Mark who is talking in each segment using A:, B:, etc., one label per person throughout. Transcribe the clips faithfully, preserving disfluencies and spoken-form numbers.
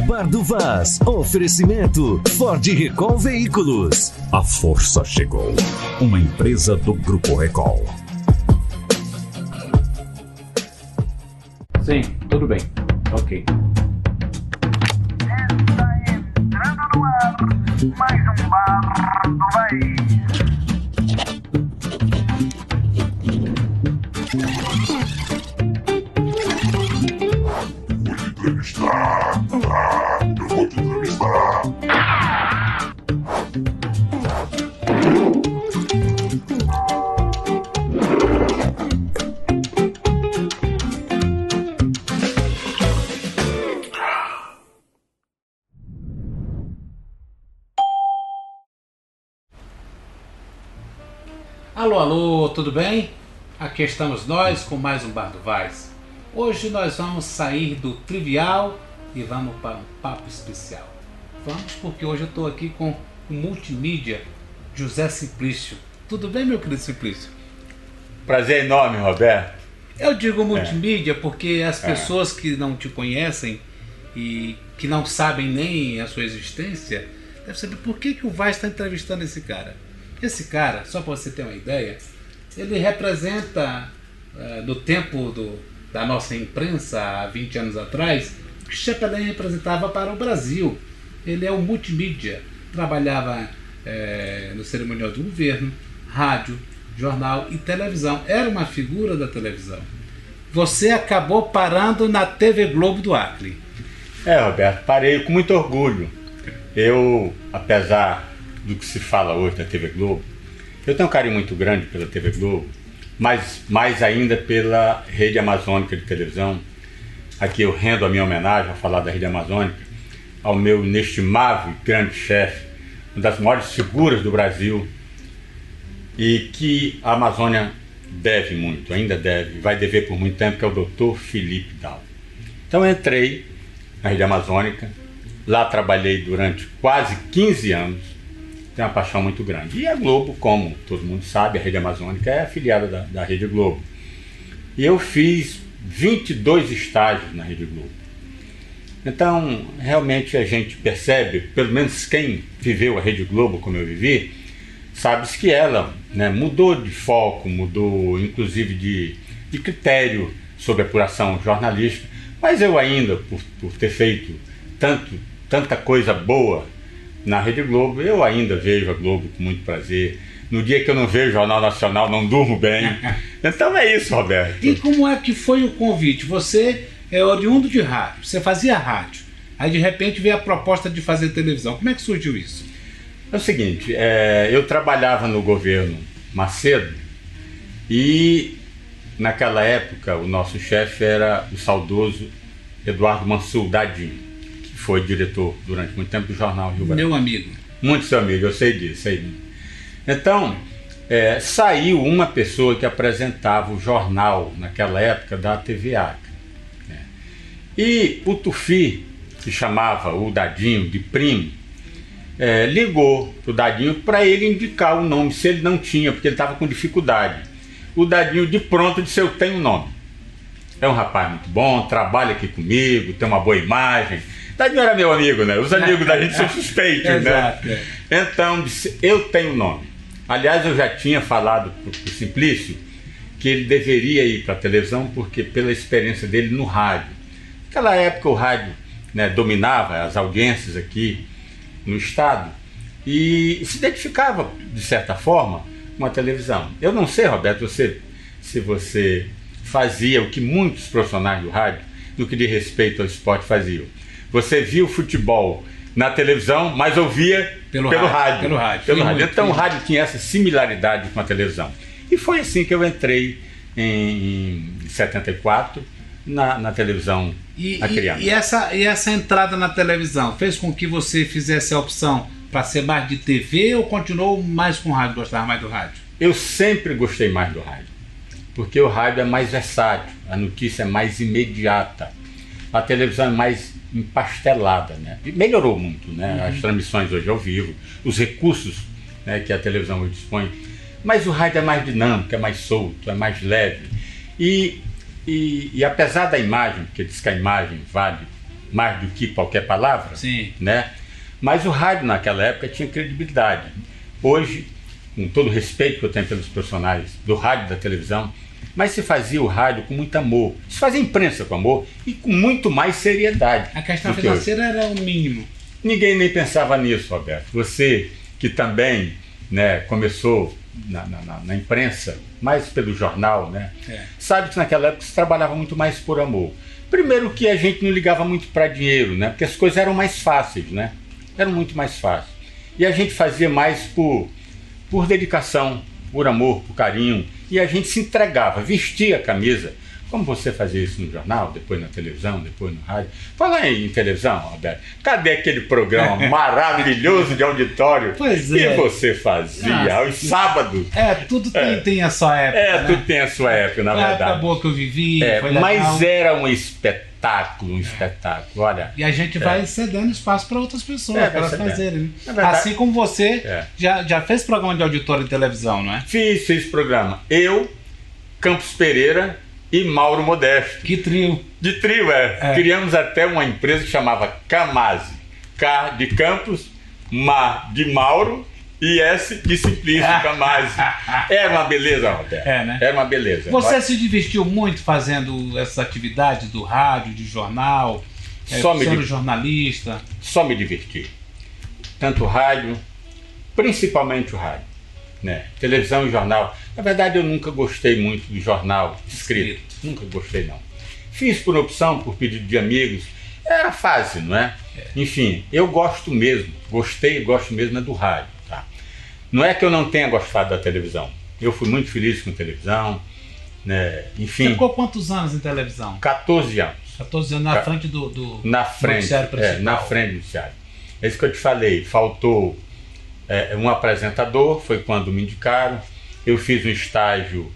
A: Bar do Vaz. Oferecimento Ford Recall Veículos.
B: A força chegou. Uma empresa do Grupo Recall.
C: Sim, tudo bem. Ok.
D: Está entrando no ar mais um Bar do Vaz.
E: Entrevistar. Ah, eu vou te entrevistar.
C: Alô, alô, tudo bem? Aqui estamos nós com mais um Bar do Vaz. Hoje nós vamos sair do trivial e vamos para um papo especial. Vamos porque hoje eu estou aqui com o multimídia José Simplício. Tudo bem, meu querido Simplício?
F: Prazer enorme, Roberto.
C: Eu digo multimídia
F: é.
C: porque as pessoas é. que não te conhecem e que não sabem nem a sua existência devem saber por que, que o Vaz está entrevistando esse cara. Esse cara, só para você ter uma ideia, ele representa, é, do tempo do, da nossa imprensa, há vinte anos atrás, que Chapelin representava para o Brasil. Ele é o multimídia, trabalhava é, no cerimonial do governo, rádio, jornal e televisão. Era uma figura da televisão. Você acabou parando na T V Globo do Acre.
F: É, Roberto, parei com muito orgulho. Eu, apesar do que se fala hoje da T V Globo, eu tenho um carinho muito grande pela T V Globo, mas mais ainda pela Rede Amazônica de televisão. Aqui eu rendo a minha homenagem ao falar da Rede Amazônica, ao meu inestimável e grande chefe, uma das maiores figuras do Brasil, e que a Amazônia deve muito, ainda deve, vai dever por muito tempo, que é o doutor Felipe Dal. Então eu entrei na Rede Amazônica, lá trabalhei durante quase quinze anos, tenho uma paixão muito grande. E a Globo, como todo mundo sabe, a Rede Amazônica é afiliada da, da Rede Globo. E eu fiz vinte e dois estágios na Rede Globo. Então, realmente a gente percebe, pelo menos quem viveu a Rede Globo como eu vivi, sabe-se que ela, né, mudou de foco, mudou inclusive de, de critério sobre apuração jornalística, mas eu ainda, por, por ter feito tanto, tanta coisa boa na Rede Globo, eu ainda vejo a Globo com muito prazer. No dia que eu não vejo o Jornal Nacional, não durmo bem. Então é isso, Roberto.
C: E como é que foi o convite? Você é oriundo de rádio, você fazia rádio, aí de repente veio a proposta de fazer televisão. Como é que surgiu isso?
F: É o seguinte, é, eu trabalhava no governo Macedo e naquela época o nosso chefe era o saudoso Eduardo Mansur Dadinho, que foi diretor durante muito tempo do jornal Rio Branco.
C: Meu amigo.
F: Muito seu amigo, eu sei disso. Sei disso. Então, é, saiu uma pessoa que apresentava o jornal naquela época da T V Acre. Né? E o Tufi, que chamava o Dadinho de primo, é, ligou para o Dadinho para ele indicar o nome, se ele não tinha, porque ele estava com dificuldade. O Dadinho de pronto disse: eu tenho nome. É um rapaz muito bom, trabalha aqui comigo, tem uma boa imagem. Dadinho era meu amigo, né? Os amigos da gente são suspeitos,
C: Exato,
F: né?
C: É.
F: Então disse: eu tenho nome. Aliás, eu já tinha falado para o Simplício que ele deveria ir para a televisão, porque pela experiência dele no rádio. Naquela época o rádio, né, dominava as audiências aqui no estado e se identificava, de certa forma, com a televisão. Eu não sei, Roberto, você, se você fazia o que muitos profissionais do rádio, no que diz respeito ao esporte, faziam. Você via o futebol na televisão, mas ouvia
C: pelo,
F: pelo
C: rádio,
F: rádio.
C: Pelo rádio.
F: Pelo rádio.
C: Muito,
F: então
C: muito.
F: o rádio tinha essa similaridade com a televisão. E foi assim que eu entrei em, em setenta e quatro na, na televisão
C: e,
F: acreana.
C: E, e, essa, e essa entrada na televisão fez com que você fizesse a opção para ser mais de T V ou continuou mais com o rádio, gostava mais do rádio?
F: Eu sempre gostei mais do rádio, porque o rádio é mais versátil, a notícia é mais imediata, a televisão é mais empastelada, né? E melhorou muito, né? Uhum. As transmissões hoje ao vivo, os recursos, né, que a televisão hoje dispõe, mas o rádio é mais dinâmico, é mais solto, é mais leve e, e, e apesar da imagem, porque diz que a imagem vale mais do que qualquer palavra,
C: Sim.
F: né? Mas o rádio naquela época tinha credibilidade. Hoje, com todo o respeito que eu tenho pelos profissionais do rádio e da televisão, mas se fazia o rádio com muito amor, se fazia imprensa com amor e com muito mais seriedade.
C: A questão
F: do que hoje.
C: financeira era o mínimo.
F: Ninguém nem pensava nisso, Roberto. Você que também, né, começou na, na, na imprensa, mais pelo jornal, né,
C: É.
F: sabe que naquela época se trabalhava muito mais por amor. Primeiro que a gente não ligava muito para dinheiro, né, porque as coisas eram mais fáceis, né, eram muito mais fáceis. E a gente fazia mais por, por dedicação, por amor, por carinho, e a gente se entregava, vestia a camisa. Como você fazia isso no jornal, depois na televisão, depois no rádio. Fala em televisão, Roberto, cadê aquele programa maravilhoso de auditório
C: Pois
F: que
C: é.
F: você fazia
C: Ah,
F: aos sábados?
C: É, tudo tem,
F: É.
C: tem a sua época.
F: É,
C: né?
F: tudo tem a sua época, na
C: Foi a época
F: verdade.
C: boa que eu vivi,
F: É,
C: foi legal.
F: mas era um espetáculo, um espetáculo. Olha,
C: E a gente vai cedendo espaço para outras pessoas,
F: É, vai
C: para elas
F: cedendo.
C: fazerem. né?
F: É verdade.
C: Assim como você
F: É.
C: já, já fez programa de auditório em televisão, não é?
F: fiz, fiz programa. Eu, Campos Pereira e Mauro Modesto.
C: Que trio.
F: De trio, é.
C: É.
F: Criamos até uma empresa que chamava Camase. K de Campos, Ma de Mauro e S de Simplício, Camase. Era uma beleza, Roberto.
C: É, né?
F: Era uma beleza.
C: Você se divertiu muito fazendo essas atividades do rádio, de jornal, é,
F: Só me
C: sendo
F: div-
C: jornalista?
F: Só me diverti. Tanto o rádio, principalmente o rádio. Né? Televisão e jornal. Na verdade, eu nunca gostei muito do jornal escrito.
C: Escrito.
F: Nunca gostei, não. Fiz por opção, por pedido de amigos. Era fácil, não é?
C: É.
F: Enfim, eu gosto mesmo. Gostei e gosto mesmo é do rádio. Tá? Não é que eu não tenha gostado da televisão. Eu fui muito feliz com televisão. Né?
C: Você
F: Enfim,
C: ficou quantos anos em televisão?
F: catorze anos.
C: catorze anos na
F: Ca-
C: frente do, do
F: Na frente,
C: noticiário
F: é,
C: principal.
F: na frente do noticiário. É isso que eu te falei. Faltou é, um apresentador, foi quando me indicaram. Eu fiz um estágio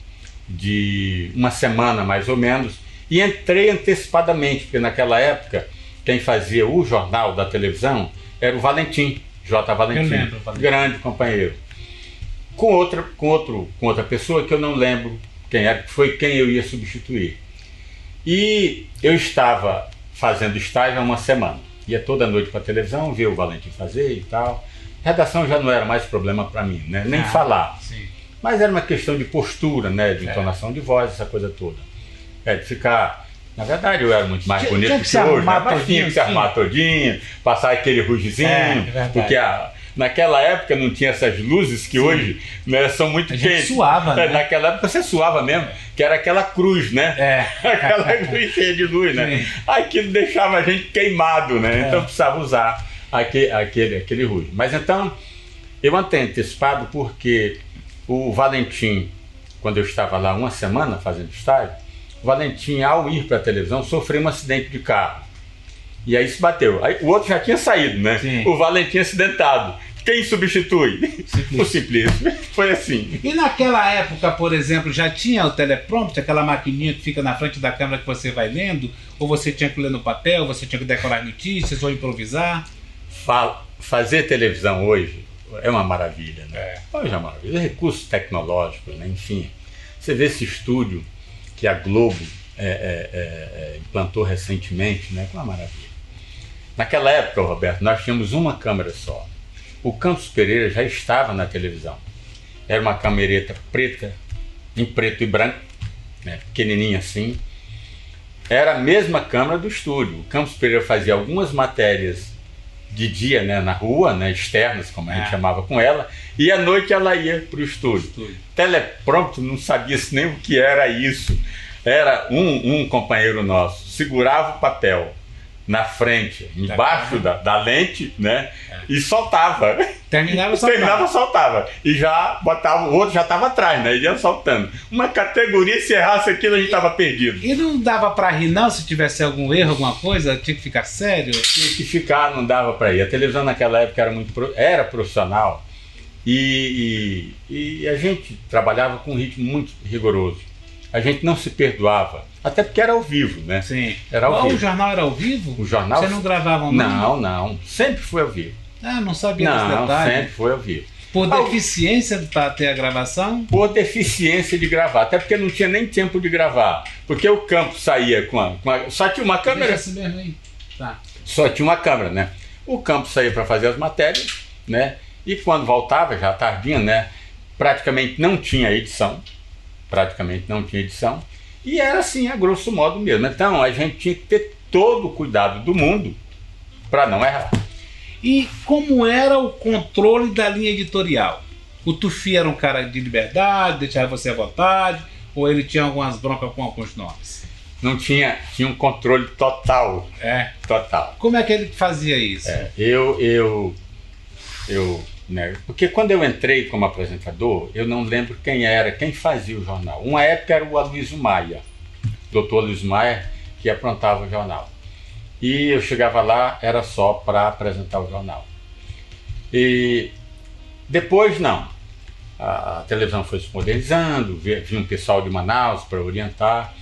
F: de uma semana mais ou menos e entrei antecipadamente, porque naquela época quem fazia o jornal da televisão era o Valentim, J. Valentim,
C: Eu lembro, Valentim.
F: grande companheiro. Com outra, com, outro, com outra pessoa que eu não lembro quem era, que foi quem eu ia substituir. E eu estava fazendo estágio há uma semana. Ia toda noite para a televisão, ver o Valentim fazer e tal. Redação já não era mais problema para mim, né? Nem
C: Ah,
F: falar.
C: Sim.
F: Mas era uma questão de postura, né? De
C: É.
F: entonação de voz, essa coisa toda. É, de ficar... Na verdade, eu era muito mais
C: Tinha-
F: bonito
C: tinha
F: que,
C: que
F: que
C: se
F: hoje, né?
C: arrumar
F: Mas tinha que se
C: todinho,
F: arrumar todinho, passar aquele rugizinho,
C: É, é verdade.
F: porque a, naquela época não tinha essas luzes que hoje, né, são muito
C: A gente
F: quentes.
C: suava,
F: É,
C: né?
F: naquela época você suava mesmo, que era aquela cruz, né?
C: É.
F: Aquela cruz cheia de luz, né?
C: Sim.
F: Aquilo deixava a gente queimado, né?
C: É.
F: Então precisava usar aquele, aquele, aquele ruge. Mas então, eu antei antecipado porque o Valentim, quando eu estava lá uma semana fazendo estágio, o Valentim, ao ir para a televisão, sofreu um acidente de carro. E aí se bateu. Aí, o outro já tinha saído, né?
C: Sim.
F: O Valentim acidentado. Quem substitui?
C: Simplício.
F: O Simplício. Foi assim.
C: E naquela época, por exemplo, já tinha o teleprompter, aquela maquininha que fica na frente da câmera que você vai lendo? Ou você tinha que ler no papel, você tinha que decorar notícias ou improvisar?
F: Fa- fazer televisão hoje é uma maravilha, né?
C: É.
F: Hoje é uma maravilha. Recursos tecnológicos, né? Enfim. Você vê esse estúdio que a Globo é, é, é, é, implantou recentemente, né? Que é uma maravilha. Naquela época, Roberto, nós tínhamos uma câmera só. O Campos Pereira já estava na televisão. Era uma camereta preta, em preto e branco, né? Pequenininha assim. Era a mesma câmera do estúdio. O Campos Pereira fazia algumas matérias de dia, né, na rua, né, externas, como a gente
C: É.
F: chamava com ela, e à noite ela ia para o estúdio.
C: Estúdio.
F: Teleprompter, não sabia nem o que era isso. Era um, um companheiro nosso, segurava o papel na frente, embaixo da, da lente, né, e soltava.
C: Terminava só.
F: Terminava, soltava. E já botava, o outro já estava atrás, né, ele ia soltando. Uma categoria, se errasse aquilo, a gente estava perdido.
C: E não dava pra rir não se tivesse algum erro, alguma coisa? Tinha que ficar sério?
F: Tinha que ficar, não dava para ir. A televisão naquela época era muito pro- era profissional e, e, e a gente trabalhava com um ritmo muito rigoroso. A gente não se perdoava, até porque era ao vivo, né?
C: Sim.
F: Era ao
C: Ou
F: vivo.
C: o jornal era ao vivo?
F: O jornal-
C: Você não gravava não?
F: Não, não. Sempre foi ao vivo.
C: Ah, não sabia desse
F: Não,
C: detalhe.
F: sempre foi ao vivo.
C: Por
F: Ao-
C: deficiência para ter a gravação?
F: Por deficiência de gravar, até porque não tinha nem tempo de gravar. Porque o campo saía com a. Com a só tinha uma câmera.
C: Deixa assim mesmo aí. Tá.
F: Só tinha uma câmera, né? O Campos saía para fazer as matérias, né? E quando voltava, já tardinha, né? Praticamente não tinha edição. Praticamente não tinha edição. E era assim, a grosso modo mesmo. Então a gente tinha que ter todo o cuidado do mundo para não errar.
C: E como era o controle da linha editorial? O Tufi era um cara de liberdade, deixava você à vontade, ou ele tinha algumas broncas com alguns nomes?
F: Não tinha, tinha um controle total.
C: É.
F: Total.
C: Como é que ele fazia isso?
F: É, eu, eu, eu, né, porque quando eu entrei como apresentador, eu não lembro quem era, quem fazia o jornal. Uma época era o Aloysio Maia, doutor Aloysio Maia, que aprontava o jornal. E eu chegava lá, era só para apresentar o jornal. E depois não. A, a televisão foi se modernizando, vinha um pessoal de Manaus para orientar.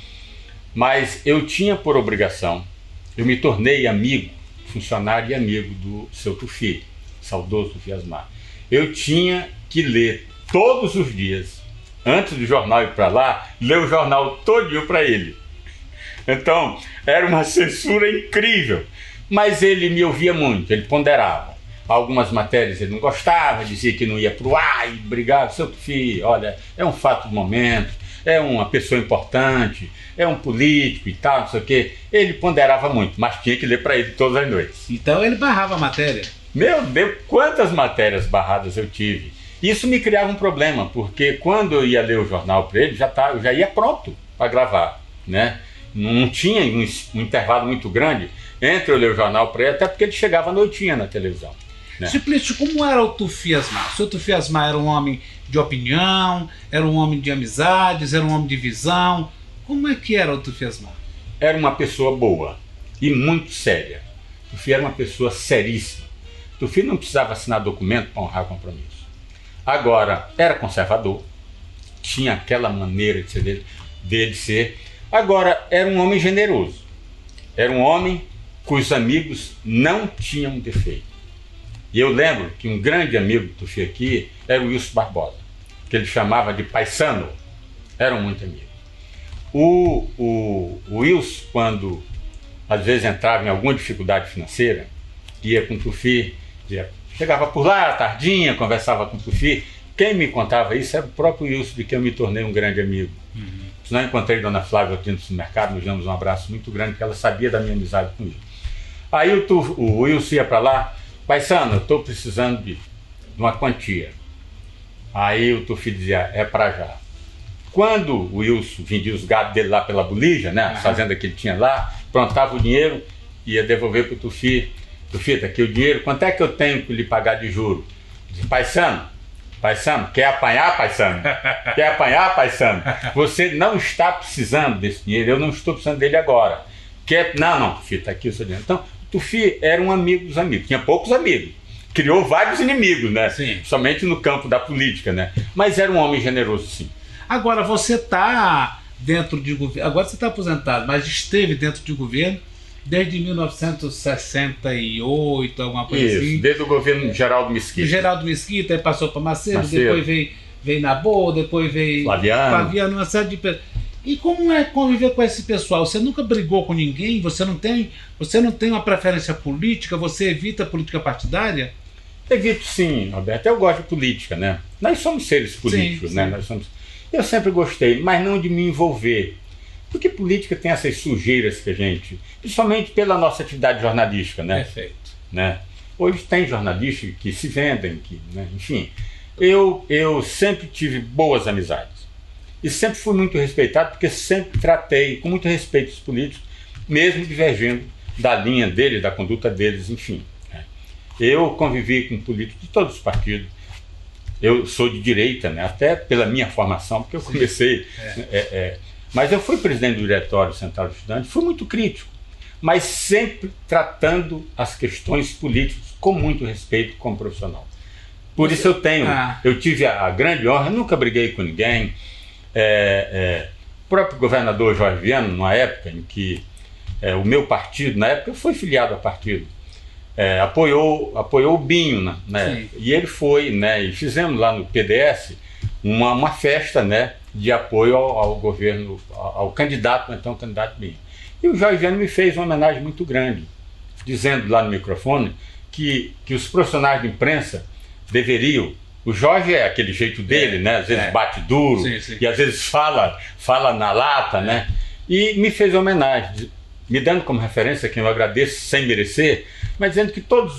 F: Mas eu tinha por obrigação, eu me tornei amigo, funcionário e amigo do seu Tufi, saudoso Tufi Asmar. Eu tinha que ler todos os dias, antes do jornal ir para lá, ler o jornal todinho para ele. Então, era uma censura incrível. Mas ele me ouvia muito, ele ponderava. Algumas matérias ele não gostava, dizia que não ia para o ar e brigava. Seu Tufi, olha, é um fato do momento, é uma pessoa importante, é um político e tal, não sei o quê. Ele ponderava muito, mas tinha que ler para ele todas as noites.
C: Então ele barrava a matéria?
F: Meu Deus, quantas matérias barradas eu tive. Isso me criava um problema, porque quando eu ia ler o jornal para ele, já, tá, eu já ia pronto para gravar, né? Não tinha um, um intervalo muito grande entre eu ler o jornal para ele, até porque ele chegava à noitinha na televisão. Né?
C: Simplesmente, como era o Tufi Asmar? O seu Tufi Asmar era um homem de opinião, era um homem de amizades, era um homem de visão. Como é que era o Tufi Asmar?
F: Era uma pessoa boa e muito séria. Tufi era uma pessoa seríssima. Tufi não precisava assinar documento para honrar compromisso. Agora, era conservador, tinha aquela maneira de ser dele, dele ser. Agora, era um homem generoso. Era um homem cujos amigos não tinham defeito. E eu lembro que um grande amigo do Tufi aqui era o Wilson Barbosa, que ele chamava de paisano. Eram muito amigos. O, o, o Wilson, quando às vezes entrava em alguma dificuldade financeira, ia com o Tufi, ia, chegava por lá, tardinha, conversava com o Tufi. Quem me contava isso era o próprio Wilson, de quem eu me tornei um grande amigo. Uhum. Senão encontrei a dona Flávia aqui no supermercado, nos damos um abraço muito grande, porque ela sabia da minha amizade com ele. Aí o, Tuf, o Wilson ia para lá, paisano, eu estou precisando de, de uma quantia. Aí o Tufi dizia, é para já. Quando o Wilson vendia os gados dele lá pela Bolívia, né, a fazenda que ele tinha lá, prontava o dinheiro, ia devolver para o Tufi. Tufi, tá aqui o dinheiro, quanto é que eu tenho que lhe pagar de juro? Dizia, paisano, paisano, quer apanhar, paisano? Quer apanhar, paisano? Você não está precisando desse dinheiro, eu não estou precisando dele agora. Quer... Não, não, Tufi, está aqui o seu dinheiro. Então, Tufi era um amigo dos amigos, tinha poucos amigos, criou vários inimigos, né?
C: Sim.
F: Somente no campo da política, né? Mas era um homem generoso, sim.
C: Agora, você está dentro de governo, agora você está aposentado, mas esteve dentro de governo desde mil novecentos e sessenta e oito, alguma coisa
F: Isso,
C: assim.
F: desde o governo de Geraldo Mesquita.
C: Geraldo Mesquita, aí passou para Macedo,
F: Macedo,
C: depois veio, veio Naboa, depois veio
F: Flaviano.
C: Flaviano, uma série de pessoas. E como é conviver com esse pessoal? Você nunca brigou com ninguém? Você não tem, você não tem uma preferência política? Você evita a política partidária?
F: Evito sim, Roberto. Eu gosto de política, né? Nós somos seres políticos,
C: sim,
F: né?
C: sim.
F: Nós somos... Eu sempre gostei, mas não de me envolver. Porque política tem essas sujeiras que a gente... Principalmente pela nossa atividade jornalística, né?
C: Perfeito.
F: Né? Hoje tem jornalistas que se vendem, que, né? Enfim. Eu, eu sempre tive boas amizades. E sempre fui muito respeitado, porque sempre tratei com muito respeito os políticos, mesmo divergindo da linha deles, da conduta deles, enfim. Né? Eu convivi com políticos de todos os partidos. Eu sou de direita, né? Até pela minha formação, porque eu comecei... É. É, é, mas eu fui presidente do Diretório Central de Estudantes, fui muito crítico, mas sempre tratando as questões políticas com muito respeito como profissional. Por Você... isso eu tenho, ah. eu tive a, a grande honra, eu nunca briguei com ninguém. É, é, o próprio governador Jorge Viana, numa época em que é, o meu partido, na época eu fui filiado ao partido, é, apoiou, apoiou o Binho, né, né, e ele foi, né, e fizemos lá no P D S uma, uma festa, né, de apoio ao, ao governo, ao, ao candidato, então candidato Binho. E o Jorge Viana me fez uma homenagem muito grande, dizendo lá no microfone que, que os profissionais de imprensa deveriam... O Jorge é aquele jeito dele, né? Às vezes
C: é.
F: bate duro
C: Sim, sim.
F: e às vezes fala, fala na lata, é. né? E me fez homenagem, me dando como referência, quem eu agradeço sem merecer, mas dizendo que todas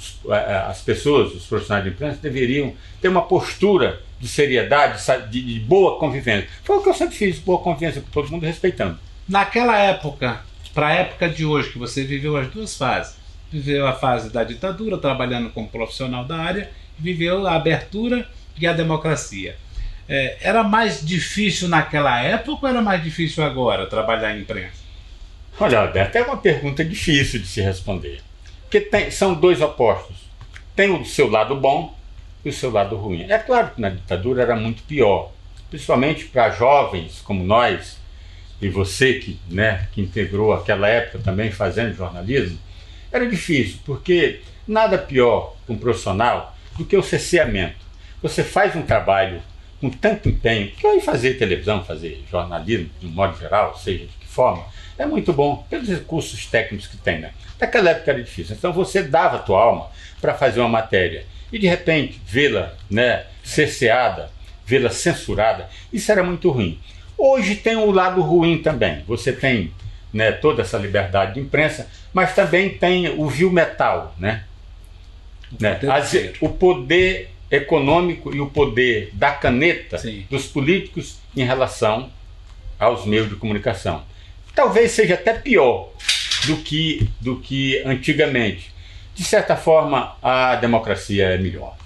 F: as pessoas, os profissionais de imprensa, deveriam ter uma postura de seriedade, de, de boa convivência. Foi o que eu sempre fiz, boa convivência com todo mundo, respeitando.
C: Naquela época, para a época de hoje, que você viveu as duas fases, viveu a fase da ditadura, trabalhando como profissional da área, viveu a abertura e a democracia. É, era mais difícil naquela época ou era mais difícil agora trabalhar em imprensa?
F: Olha, Alberto, é uma pergunta difícil de se responder. Porque tem, são dois opostos. Tem o seu lado bom e o seu lado ruim. É claro que na ditadura era muito pior, principalmente para jovens como nós, e você que, né, que integrou aquela época também fazendo jornalismo. Era difícil, porque nada pior para um profissional do que o cerceamento. Você faz um trabalho com tanto empenho, que eu ia fazer televisão, fazer jornalismo, de um modo geral, seja de que forma, é muito bom, pelos recursos técnicos que tem, né? Naquela época era difícil, então você dava a tua alma para fazer uma matéria, e de repente vê-la, né, cerceada, vê-la censurada, isso era muito ruim. Hoje tem um lado ruim também, você tem, né, toda essa liberdade de imprensa, mas também tem o vil metal, né?
C: O
F: né?
C: poder,
F: As, o poder econômico e o poder da caneta Sim. dos políticos em relação aos meios de comunicação. Talvez seja até pior do que, do que antigamente. De certa forma, a democracia é melhor.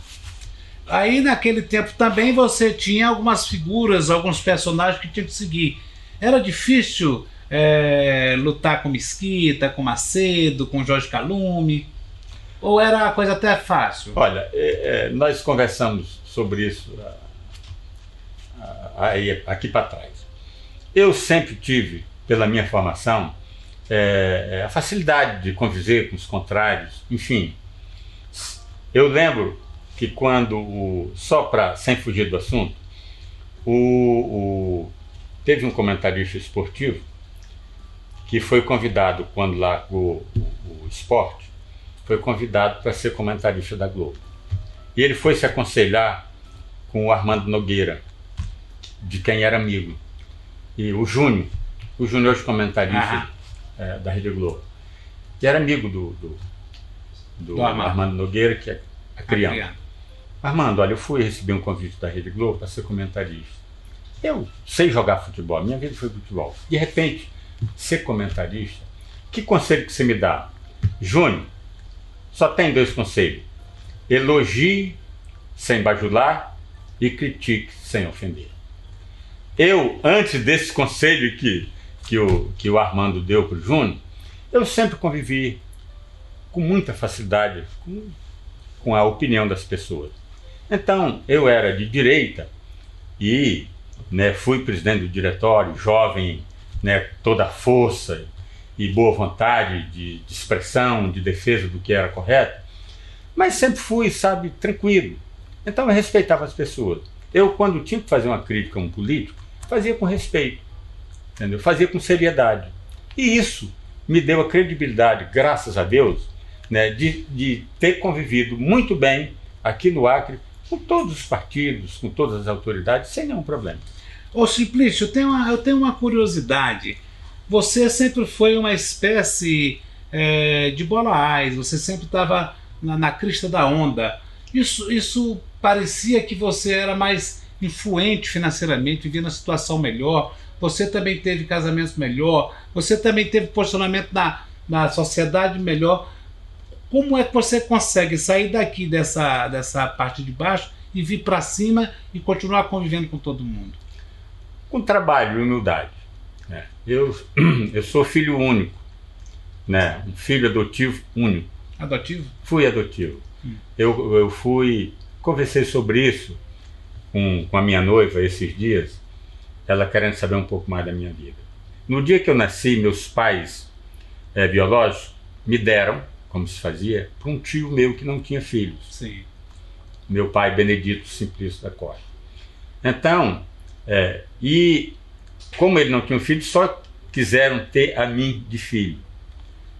C: Aí naquele tempo também você tinha algumas figuras, alguns personagens que tinham que seguir. Era difícil é, lutar com Mesquita, com Macedo, com Jorge Calume? Ou era uma coisa até fácil?
F: Olha, é, é, nós conversamos sobre isso aí, aqui para trás. Eu sempre tive, pela minha formação, é, a facilidade de conviver com os contrários, enfim. Eu lembro que quando, o, só para, sem fugir do assunto, o, o, teve um comentarista esportivo que foi convidado, quando largou o, o esporte, foi convidado para ser comentarista da Globo. E ele foi se aconselhar com o Armando Nogueira, de quem era amigo. E o Júnior, o Júnior hoje comentarista é, da Rede Globo. E era amigo do, do, do, do Armando. Armando Nogueira, que é acriano. Armando, olha, eu fui receber um convite da Rede Globo para ser comentarista. Eu sei jogar futebol, minha vida foi futebol. De repente, ser comentarista, que conselho que você me dá? Júnior, só tem dois conselhos: elogie sem bajular e critique sem ofender. Eu, antes desse conselho que, que, o, que o Armando deu para o Júnior, eu sempre convivi com muita facilidade com, com a opinião das pessoas. Então, eu era de direita e, né, fui presidente do diretório, jovem, né, toda a força e boa vontade de, de expressão, de defesa do que era correto, mas sempre fui, sabe, tranquilo. Então eu respeitava as pessoas. Eu, quando tinha que fazer uma crítica a um político, fazia com respeito, entendeu? Fazia com seriedade. E isso me deu a credibilidade, graças a Deus, né, de, de ter convivido muito bem aqui no Acre, com todos os partidos, com todas as autoridades, sem nenhum problema.
C: Ô Simplício, eu tenho uma, eu tenho uma curiosidade. Você sempre foi uma espécie é, de bola-ás, você sempre estava na, na crista da onda. Isso, isso parecia que você era mais influente financeiramente, vivia na situação melhor, você também teve casamento melhor, você também teve posicionamento na, na sociedade melhor. Como é que você consegue sair daqui dessa, dessa parte de baixo e vir para cima e continuar convivendo com todo mundo?
F: Com trabalho e humildade. Né? Eu, eu sou filho único, né? Um filho adotivo único.
C: Adotivo?
F: Fui adotivo. Hum. Eu, eu fui, conversei sobre isso com, com a minha noiva esses dias, ela querendo saber um pouco mais da minha vida. No dia que eu nasci, meus pais é, biológicos me deram, como se fazia, para um tio meu que não tinha filhos.
C: Sim.
F: Meu pai, Benedito Simplício da Costa. Então, é, e como ele não tinha um filho, só quiseram ter a mim de filho.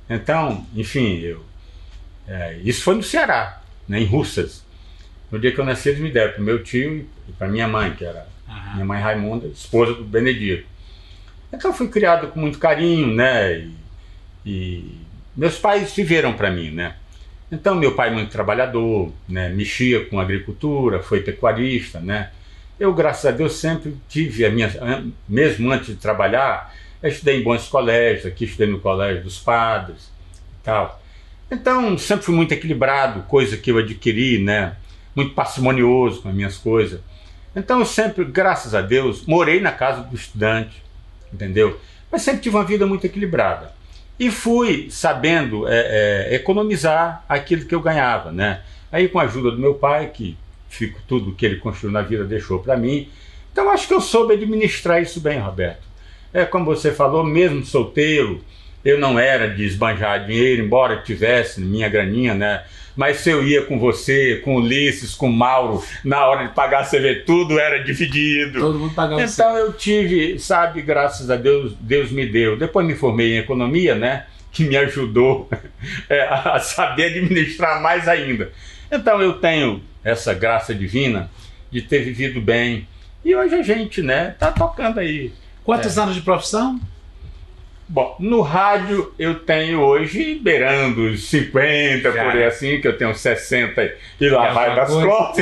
F: Então, enfim, eu, é, isso foi no Ceará, né, em Russas. No dia que eu nasci, eles me deram para o meu tio e para minha mãe, que era uhum. minha mãe Raimunda, esposa do Benedito. Então, fui criado com muito carinho, né? E, e meus pais viveram para mim, né? Então, meu pai muito trabalhador, né? Mexia com agricultura, foi pecuarista, né? Eu, graças a Deus, sempre tive a minha... Mesmo antes de trabalhar, eu estudei em bons colégios, aqui estudei no Colégio dos Padres e tal. Então, sempre fui muito equilibrado, coisa que eu adquiri, né? Muito parcimonioso com as minhas coisas. Então, eu sempre, graças a Deus, morei na casa do estudante, entendeu? Mas sempre tive uma vida muito equilibrada. E fui sabendo é, é, economizar aquilo que eu ganhava, né? Aí, com a ajuda do meu pai, que fico, tudo que ele construiu na vida deixou para mim. Então, acho que eu soube administrar isso bem, Roberto. É como você falou, mesmo solteiro, eu não era de esbanjar dinheiro, embora tivesse minha graninha, né? Mas se eu ia com você, com o Ulisses, com o Mauro, na hora de pagar a C V, tudo era dividido.
C: Todo mundo pagava.
F: Então eu tive, sabe, graças a Deus, Deus me deu. Depois me formei em economia, né? Que me ajudou é, a saber administrar mais ainda. Então eu tenho essa graça divina de ter vivido bem. E hoje a gente, né, tá tocando aí.
C: Quantos é. anos de profissão?
F: Bom, no rádio eu tenho hoje beirando os cinquenta, já. Por aí assim, que eu tenho sessenta e lá vai das contas.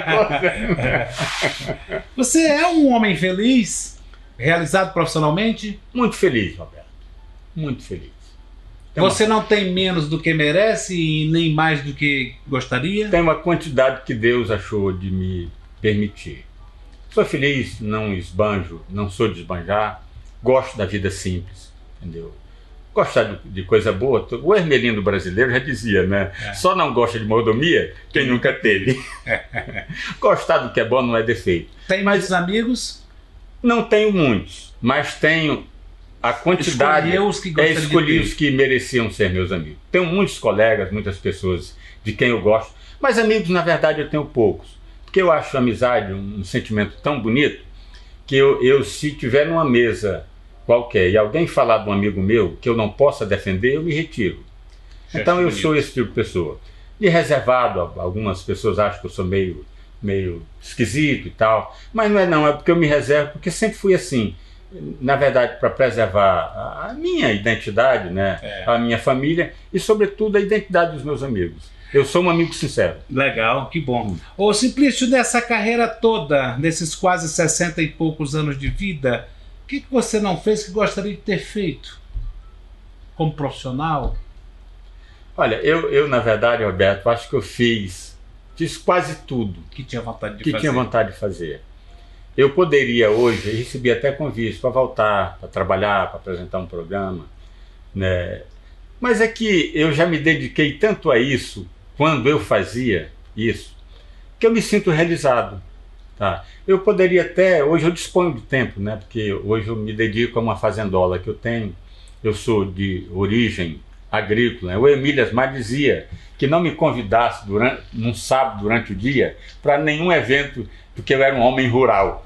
C: Você é um homem feliz, realizado profissionalmente?
F: Muito feliz, Roberto. Muito feliz. Tem
C: Você
F: uma...
C: não tem menos do que merece e nem mais do que gostaria?
F: Tem uma quantidade que Deus achou de me permitir. Sou feliz, não esbanjo, não sou de esbanjar, gosto da vida simples. Entendeu? Gostar de, de coisa boa, o Hermelino brasileiro já dizia, né? É. Só não gosta de mordomia quem nunca teve. Gostar do que é bom não é defeito.
C: Tem mais amigos?
F: Não tenho muitos, mas tenho a quantidade.
C: Escolhi os que
F: é, escolhi os que mereciam ser meus amigos. Tenho muitos colegas, muitas pessoas de quem eu gosto, mas amigos, na verdade, eu tenho poucos. Porque eu acho a amizade um, um sentimento tão bonito que eu, eu, se tiver numa mesa qualquer e alguém falar de um amigo meu que eu não possa defender, eu me retiro. Então eu sou esse tipo de pessoa. De reservado, algumas pessoas acham que eu sou meio, meio esquisito e tal, mas não é não, é porque eu me reservo, porque sempre fui assim. Na verdade, para preservar a minha identidade, né, é. a minha família e, sobretudo, a identidade dos meus amigos. Eu sou um amigo sincero.
C: Legal, que bom. Ô Simplício, nessa carreira toda, nesses quase sessenta e poucos anos de vida, o que, que você não fez que gostaria de ter feito como profissional?
F: Olha, eu, eu na verdade, Roberto, acho que eu fiz, fiz quase tudo
C: que tinha vontade de
F: que
C: fazer.
F: tinha vontade de fazer. Eu poderia hoje, eu recebi até convite para voltar, para trabalhar, para apresentar um programa, né? Mas é que eu já me dediquei tanto a isso, quando eu fazia isso, que eu me sinto realizado. Tá? Eu poderia até, hoje eu disponho de tempo, né? Porque hoje eu me dedico a uma fazendola que eu tenho, eu sou de origem agrícola. O Emílio Asmar dizia que não me convidasse durante, num sábado durante o dia para nenhum evento, porque eu era um homem rural.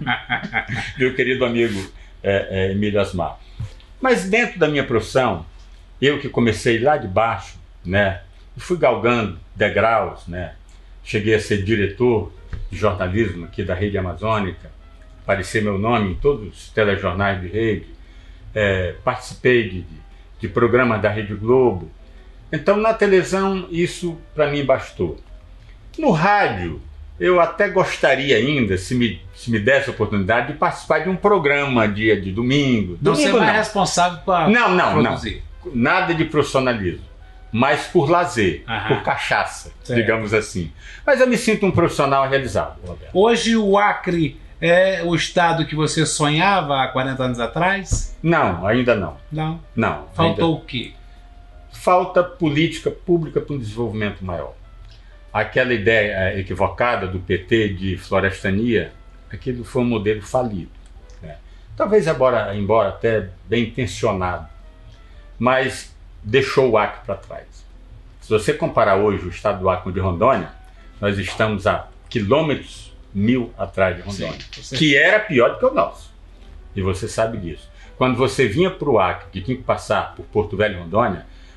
F: Meu querido amigo é, é, Emílio Asmar. Mas dentro da minha profissão, eu que comecei lá de baixo, né? Fui galgando degraus, né? Cheguei a ser diretor de jornalismo aqui da Rede Amazônica, apareceu meu nome em todos os telejornais de rede, é, participei de, de programas da Rede Globo. Então, na televisão, isso para mim bastou. No rádio, eu até gostaria ainda, se me, se me desse a oportunidade, de participar de um programa dia de domingo.
C: Não,
F: domingo
C: você vai
F: não.
C: responsável para
F: não, não,
C: produzir.
F: Não, nada de profissionalismo. Mas por lazer,
C: Aham.
F: por cachaça,
C: certo.
F: digamos assim. Mas eu me sinto um profissional realizado, Roberto.
C: Hoje o Acre é o estado que você sonhava há quarenta anos atrás?
F: Não, ainda não.
C: Não?
F: Não.
C: Faltou
F: ainda...
C: o quê?
F: Falta política pública para um desenvolvimento maior. Aquela ideia equivocada do P T de florestania, aquilo foi um modelo falido. Né? Talvez embora, embora até bem intencionado, mas deixou o Acre para trás. Se você comparar hoje o estado do Acre com o de Rondônia, nós estamos a quilômetros mil atrás de Rondônia, Sim, que era pior do que o nosso. E você sabe disso. Quando você vinha para o Acre, que tinha que passar por Porto Velho e Rondônia,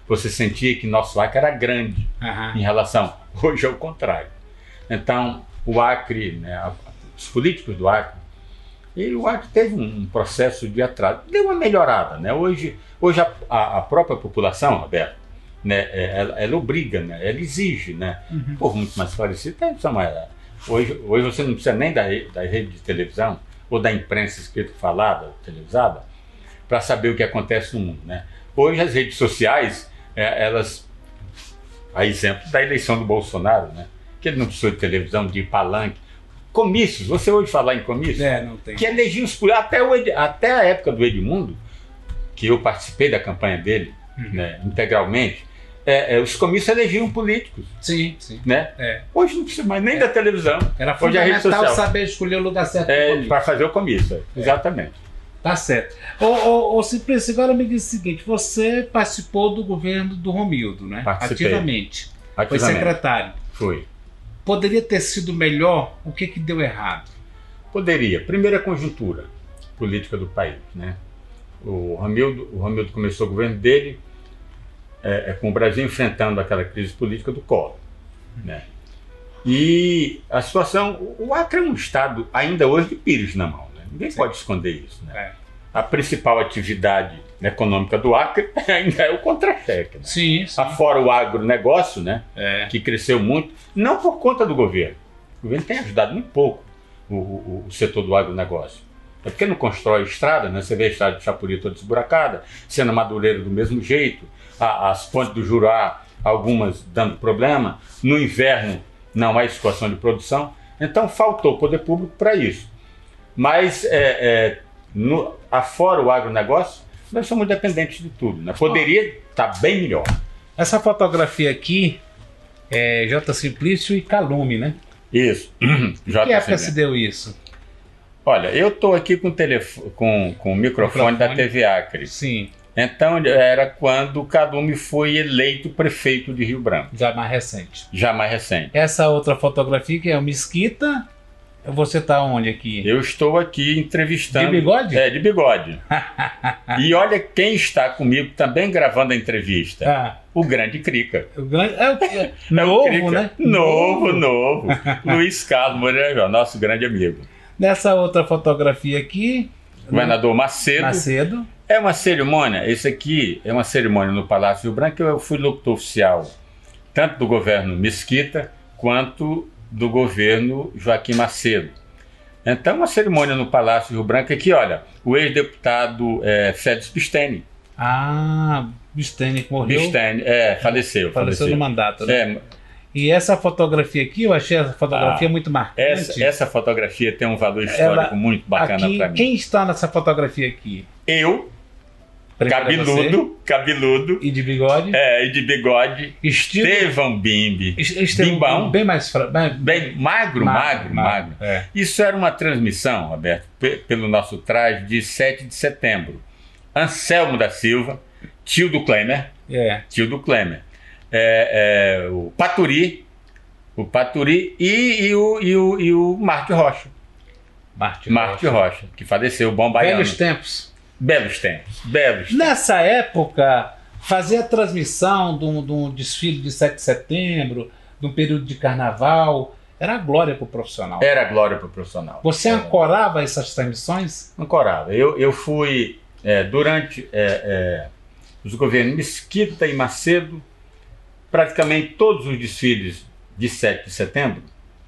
F: você sentia que nosso Acre era grande
C: Aham.
F: em relação. Hoje é o contrário. Então, o Acre, né, a- os políticos do Acre, e o Acre teve um processo de atraso, deu uma melhorada, né? Hoje, hoje a, a- a própria população, Roberto, né, é, ela, ela obriga, né, ela exige, né, um povo muito mais esclarecido. Tem, Samuel, hoje, hoje você não precisa nem da, re- da rede de televisão ou da imprensa escrita, falada, televisada, para saber o que acontece no mundo, né? Hoje as redes sociais, é, elas, a exemplo da eleição do Bolsonaro, né, que ele não precisou de televisão, de palanque, comícios, você ouve falar em comícios?
C: É, não tem.
F: Que elegiam os políticos, até, o Ed- até a época do Edmundo, que eu participei da campanha dele, né, integralmente, é, é, os comícios elegiam políticos,
C: Sim, sim.
F: né?
C: É.
F: Hoje não precisa mais nem da televisão.
C: Era
F: Hoje a rede
C: fundamental
F: social
C: saber escolher o lugar certo
F: é,
C: pro
F: para fazer o comício, exatamente.
C: Tá certo. Ô, ô, ô Simplício, agora me diz o seguinte: você participou do governo do Romildo, né?
F: Participei.
C: Ativamente. Foi
F: Ativamente.
C: secretário.
F: Foi.
C: Poderia ter sido melhor? O que, que deu errado?
F: Poderia. Primeiro, a conjuntura política do país, né? O Romildo, o Romildo começou o governo dele é, é, com o Brasil enfrentando aquela crise política do Collor, né? E a situação, o Acre é um estado ainda hoje de pires na mão, né? Ninguém
C: Sim.
F: pode esconder isso, né?
C: É.
F: A principal atividade econômica do Acre ainda é o contra-cheque, né?
C: Sim, sim.
F: Afora o agronegócio, né?
C: É.
F: Que cresceu muito, não por conta do governo. O governo tem ajudado muito pouco o, o, o setor do agronegócio. É porque não constrói estrada, né? Você vê a estrada de Chapuri toda esburacada, Sena Madureira do mesmo jeito, a, as pontes do Jurá, algumas dando problema, no inverno não há escoação de produção, então faltou poder público para isso. Mas, é, é, no, afora o agronegócio, nós somos dependentes de tudo, né? Poderia estar bem melhor.
C: Essa fotografia aqui é J. Simplício e Calume, né?
F: Isso.
C: Que época se deu isso?
F: Olha, eu estou aqui com o, telefone, com, com o microfone,
C: Microfone.
F: da T V Acre.
C: Sim,
F: Então era quando o Calume foi eleito prefeito de Rio Branco,
C: já mais recente.
F: já mais recente.
C: Essa outra fotografia que é o Mesquita. Você tá onde aqui?
F: Eu estou aqui entrevistando...
C: De bigode?
F: É, de bigode. E olha quem está comigo também gravando a entrevista.
C: Ah,
F: O grande Crica.
C: o grande, é, o- é,
F: É o
C: novo,
F: Crica.
C: né?
F: Novo, novo. Luiz Carlos Moreira, nosso grande amigo.
C: Nessa outra fotografia aqui,
F: Governador Macedo.
C: Macedo.
F: É uma cerimônia, esse aqui é uma cerimônia no Palácio Rio Branco. Eu fui locutor oficial tanto do governo Mesquita quanto do governo Joaquim Macedo. Então, uma cerimônia no Palácio Rio Branco aqui, olha, o ex-deputado é, Félix Bisteni.
C: Ah, Bisteni que morreu.
F: Bisteni, é, faleceu.
C: Faleceu no mandato, né?
F: É,
C: E essa fotografia aqui, eu achei essa fotografia
F: Ah,
C: muito marcante.
F: essa, essa fotografia tem um valor histórico
C: Ela-
F: muito bacana
C: aqui,
F: para mim.
C: quem está nessa fotografia aqui?
F: Eu,
C: Primeiro é
F: cabeludo, cabeludo,
C: você, e de bigode.
F: é, e de bigode,
C: Estilo.
F: Estevão Bimbi,
C: Estevão
F: bimbão,
C: bem mais fra... bem,
F: bem magro, magro, magro.
C: É.
F: Isso era uma transmissão, Roberto, pe- pelo nosso traje de sete de setembro. Anselmo da Silva, tio do Klemer,
C: É.
F: tio do Klemer, é, é, o Paturi, o Paturi e, e o, e, o, e o Marte Rocha,
C: Marte
F: Marte
C: Rocha.
F: Rocha, que faleceu, bom baiano.
C: Velhos tempos.
F: Belos tempos, belos tempos.
C: Nessa época, fazer a transmissão de um, de um desfile de sete de setembro, de um período de carnaval, era a glória para o profissional.
F: Era glória para o profissional.
C: Você
F: Era.
C: ancorava essas transmissões?
F: Ancorava. Eu, eu fui, é, durante é, é, os governos Mesquita e Macedo, praticamente todos os desfiles de sete de setembro,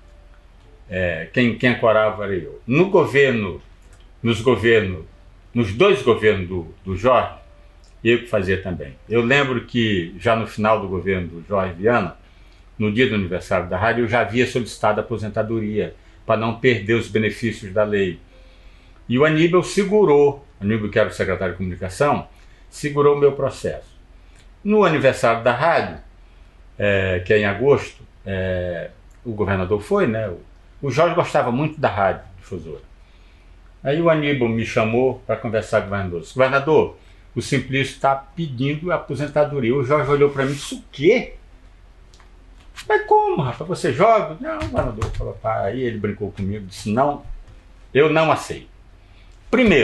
F: é, quem, quem ancorava era eu. No governo, nos governos, nos dois governos do, do Jorge, eu que fazia também. Eu lembro que já no final do governo do Jorge Viana, no dia do aniversário da rádio, eu já havia solicitado a aposentadoria para não perder os benefícios da lei. E o Aníbal segurou, Aníbal que era o secretário de comunicação, segurou o meu processo. No aniversário da rádio, é, que é em agosto, é, o governador foi, né? O, o Jorge gostava muito da rádio difusora. Aí o Aníbal me chamou para conversar com o governador. Disse, governador, o Simplício está pedindo aposentadoria. O Jorge olhou para mim e disse, o quê? Mas como, rapaz? Você joga? Não, o governador falou, pá. Aí ele brincou comigo, disse, não, eu não aceito. Primeiro,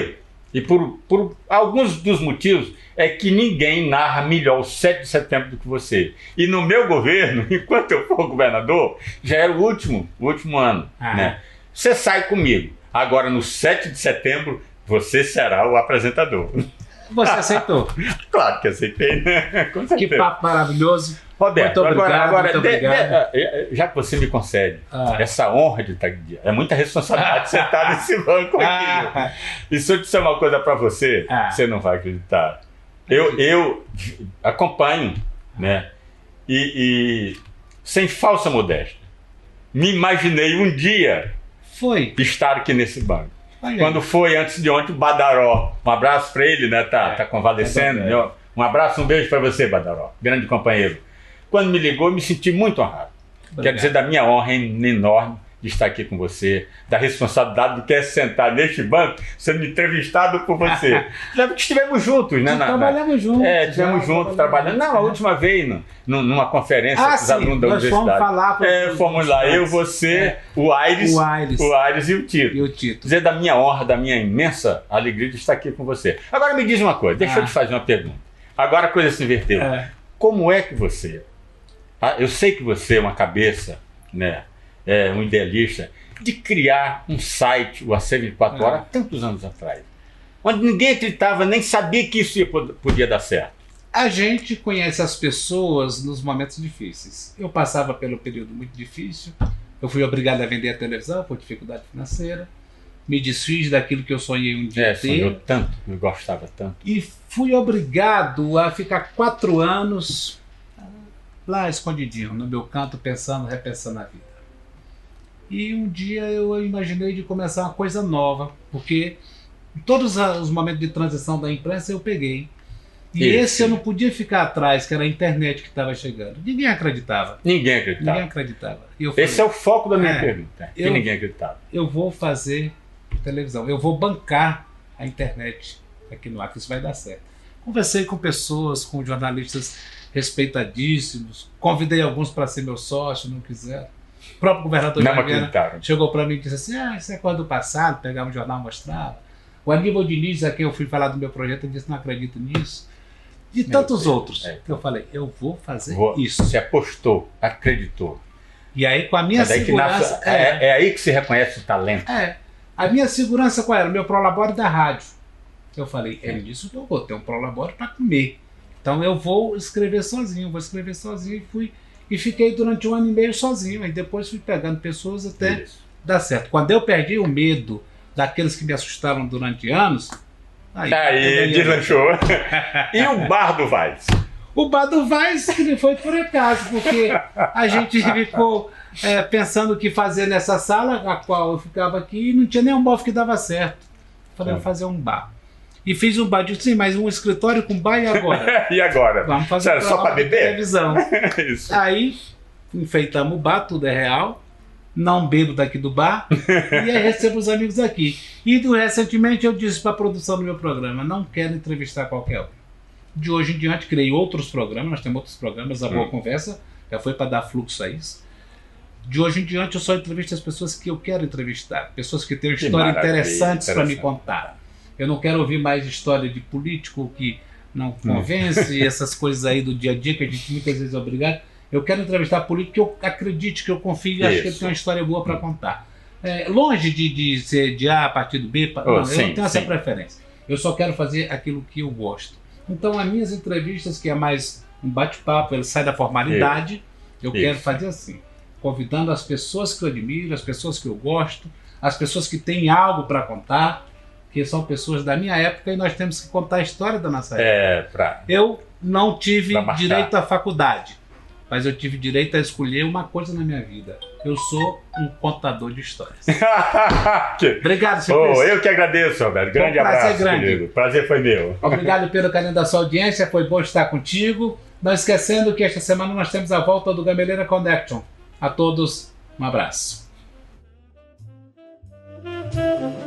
F: E por, por alguns dos motivos é que ninguém narra melhor o sete de setembro do que você. E no meu governo, enquanto eu for governador, já era o último, o último ano.
C: Ah.
F: Né? Você sai comigo. Agora, no sete de setembro, você será o apresentador.
C: Você aceitou.
F: Claro que aceitei, né? Com
C: Que
F: certeza.
C: papo maravilhoso.
F: Roberto,
C: Muito obrigado,
F: agora, agora
C: muito
F: de-
C: obrigado.
F: de- eh, já que você me concede
C: Ah.
F: essa honra de estar aqui, é muita responsabilidade sentar nesse banco aqui.
C: Ah,
F: E se eu disser uma coisa para você,
C: Ah.
F: você não vai acreditar. Eu, eu acompanho, né? E, e sem falsa modéstia, me imaginei um dia
C: foi.
F: estar aqui nesse banco.
C: Olha aí.
F: Quando foi antes de ontem o Badaró, um abraço para ele, né? Tá,
C: É,
F: tá convalescendo.
C: é
F: meu- um abraço, um beijo para você, Badaró, grande companheiro. Quando me ligou, eu me senti muito honrado.
C: Obrigado.
F: Quero dizer da minha honra enorme de estar aqui com você, da responsabilidade do que é sentar neste banco, sendo entrevistado por você. Lembra que estivemos juntos, né?
C: Já
F: na- na-
C: trabalhamos juntos.
F: É, estivemos
C: já
F: juntos
C: trabalhamos
F: trabalhando. Não, a
C: juntos,
F: última vez, no- no- numa conferência
C: Ah,
F: com os
C: sim,
F: alunos da
C: nós fomos
F: universidade.
C: falar para
F: É,
C: os
F: fomos lá, eu,
C: estudantes.
F: você,
C: É.
F: o Aires,
C: O Aires.
F: o Aires e o Tito.
C: E o Tito.
F: Dizer da minha honra, da minha imensa alegria de estar aqui com você. Agora me diz uma coisa, deixa
C: Ah.
F: eu te fazer uma pergunta. Agora a coisa se inverteu.
C: É.
F: Como é que você, ah, eu sei que você é uma cabeça, né, é um idealista, de criar um site, o A C vinte e quatro horas, há tantos anos atrás, onde ninguém acreditava, nem sabia que isso ia, podia dar certo.
C: A gente conhece as pessoas nos momentos difíceis. Eu passava pelo período muito difícil. Eu fui obrigado a vender a televisão por dificuldade financeira. Me desfiz daquilo que eu sonhei um dia
F: É,
C: ter.
F: sonhou tanto, eu gostava tanto.
C: E fui obrigado a ficar quatro anos lá escondidinho, no meu canto, pensando, repensando a vida. E um dia eu imaginei de começar uma coisa nova, porque todos os momentos de transição da imprensa eu peguei. E
F: Isso.
C: esse eu não podia ficar atrás, que era a internet que estava chegando. Ninguém acreditava.
F: Ninguém acreditava.
C: Ninguém acreditava. E eu falei,
F: Esse é o foco da minha
C: É,
F: pergunta, que
C: eu-
F: ninguém acreditava.
C: eu vou fazer televisão, eu vou bancar a internet aqui no ar, que isso vai dar certo. Conversei com pessoas, com jornalistas respeitadíssimos, convidei alguns para ser meu sócio, não quiseram. O próprio governador
F: Não
C: Jair Viana
F: acreditaram.
C: chegou para mim e disse assim: ah, isso é coisa do passado, pegava um jornal e mostrava. O Aníbal Diniz, a quem eu fui falar do meu projeto, ele disse: não acredito nisso. E
F: Meu
C: tantos
F: Deus,
C: outros.
F: é.
C: Eu falei: eu vou fazer
F: Vou-
C: isso.
F: Você apostou, acreditou.
C: E aí, com a minha
F: É, daí que
C: segurança.
F: nasce- é, é aí que se reconhece o talento.
C: É. A minha segurança qual era? O meu prolabore da rádio. Eu falei, é nisso que eu vou ter um prolabore para comer. Então eu vou escrever sozinho, vou escrever sozinho e fui. E fiquei durante um ano e meio sozinho. Aí depois fui pegando pessoas até
F: Isso.
C: dar certo. Quando eu perdi o medo daqueles que me assustaram durante anos, aí,
F: Aí deslanchou. E o Bar do Vaz?
C: o Bar do Vaz foi por acaso, porque a gente ficou é, pensando o que fazer nessa sala, a qual eu ficava aqui, e não tinha nenhum móvel que dava certo. Falei, vou fazer um bar. E fiz um bar, disse, sim, mas um escritório com bar e agora?
F: E agora?
C: Vamos fazer
F: Sério,
C: um
F: só
C: programa
F: pra
C: de
F: beber?
C: televisão.
F: Isso.
C: Aí enfeitamos o bar, tudo é real. Não bebo daqui do bar. E aí recebo os amigos aqui. E do, recentemente eu disse para a produção do meu programa: não quero entrevistar qualquer um. De hoje em diante criei outros programas, nós temos outros programas, a Boa
F: Hum.
C: Conversa, já foi para dar fluxo a isso. De hoje em diante eu só entrevisto as pessoas que eu quero entrevistar, pessoas que têm
F: Que
C: histórias
F: maravilha,
C: interessantes para me
F: interessante.
C: contar. Eu não quero ouvir mais história de político que não convence, essas coisas aí do dia a dia que a gente muitas vezes é obrigado. Eu quero entrevistar político que eu acredite, que eu confie e acho que ele
F: Isso.
C: tem uma história boa para contar. É, longe de, de ser de A, partido B, pa-
F: Oh,
C: não, eu
F: sim,
C: não tenho essa
F: sim.
C: preferência. Eu só quero fazer aquilo que eu gosto. Então, as minhas entrevistas, que é mais um bate-papo, ele sai da formalidade, eu
F: Isso.
C: quero fazer assim, convidando as pessoas que eu admiro, as pessoas que eu gosto, as pessoas que têm algo para contar, que são pessoas da minha época e nós temos que contar a história da nossa época.
F: É, pra...
C: Eu não tive
F: Pra marcar.
C: direito à faculdade, mas eu tive direito a escolher uma coisa na minha vida. Eu sou um contador de histórias.
F: Que-
C: Obrigado, senhor
F: Oh,
C: presidente.
F: eu que agradeço, Roberto. Grande
C: Foi um prazer
F: abraço,
C: grande.
F: querido. Prazer foi meu.
C: Obrigado pelo carinho da sua audiência, foi bom estar contigo. Não esquecendo que esta semana nós temos a volta do Gameleira Connection. A todos, um abraço.